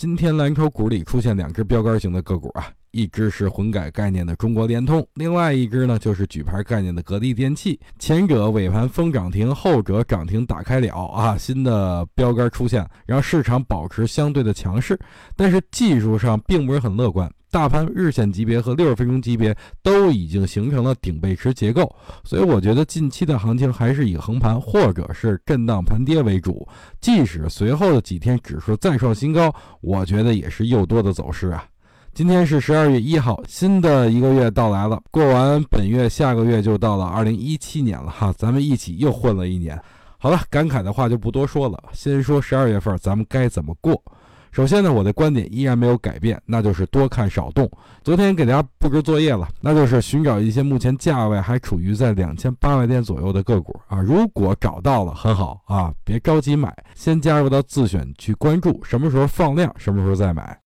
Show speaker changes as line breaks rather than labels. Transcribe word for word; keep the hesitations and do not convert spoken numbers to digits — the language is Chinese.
今天蓝筹股里出现两只标杆型的个股啊，一只是混改概念的中国联通，另外一只呢就是举牌概念的格力电器。前者尾盘封涨停，后者涨停打开了啊，新的标杆出现，让市场保持相对的强势，但是技术上并不是很乐观。大盘日线级别和六十分钟级别都已经形成了顶背驰结构，所以我觉得近期的行情还是以横盘或者是震荡盘跌为主。即使随后的几天指数再创新高，我觉得也是诱多的走势啊。今天是十二月一号，新的一个月到来了，过完本月，下个月就到了二零一七年了哈，咱们一起又混了一年。好了，感慨的话就不多说了，先说十二月份咱们该怎么过。首先呢，我的观点依然没有改变，那就是多看少动。昨天给大家布置作业了，那就是寻找一些目前价位还处于在两千八百点左右的个股啊，如果找到了很好啊，别着急买，先加入到自选去关注，什么时候放量什么时候再买。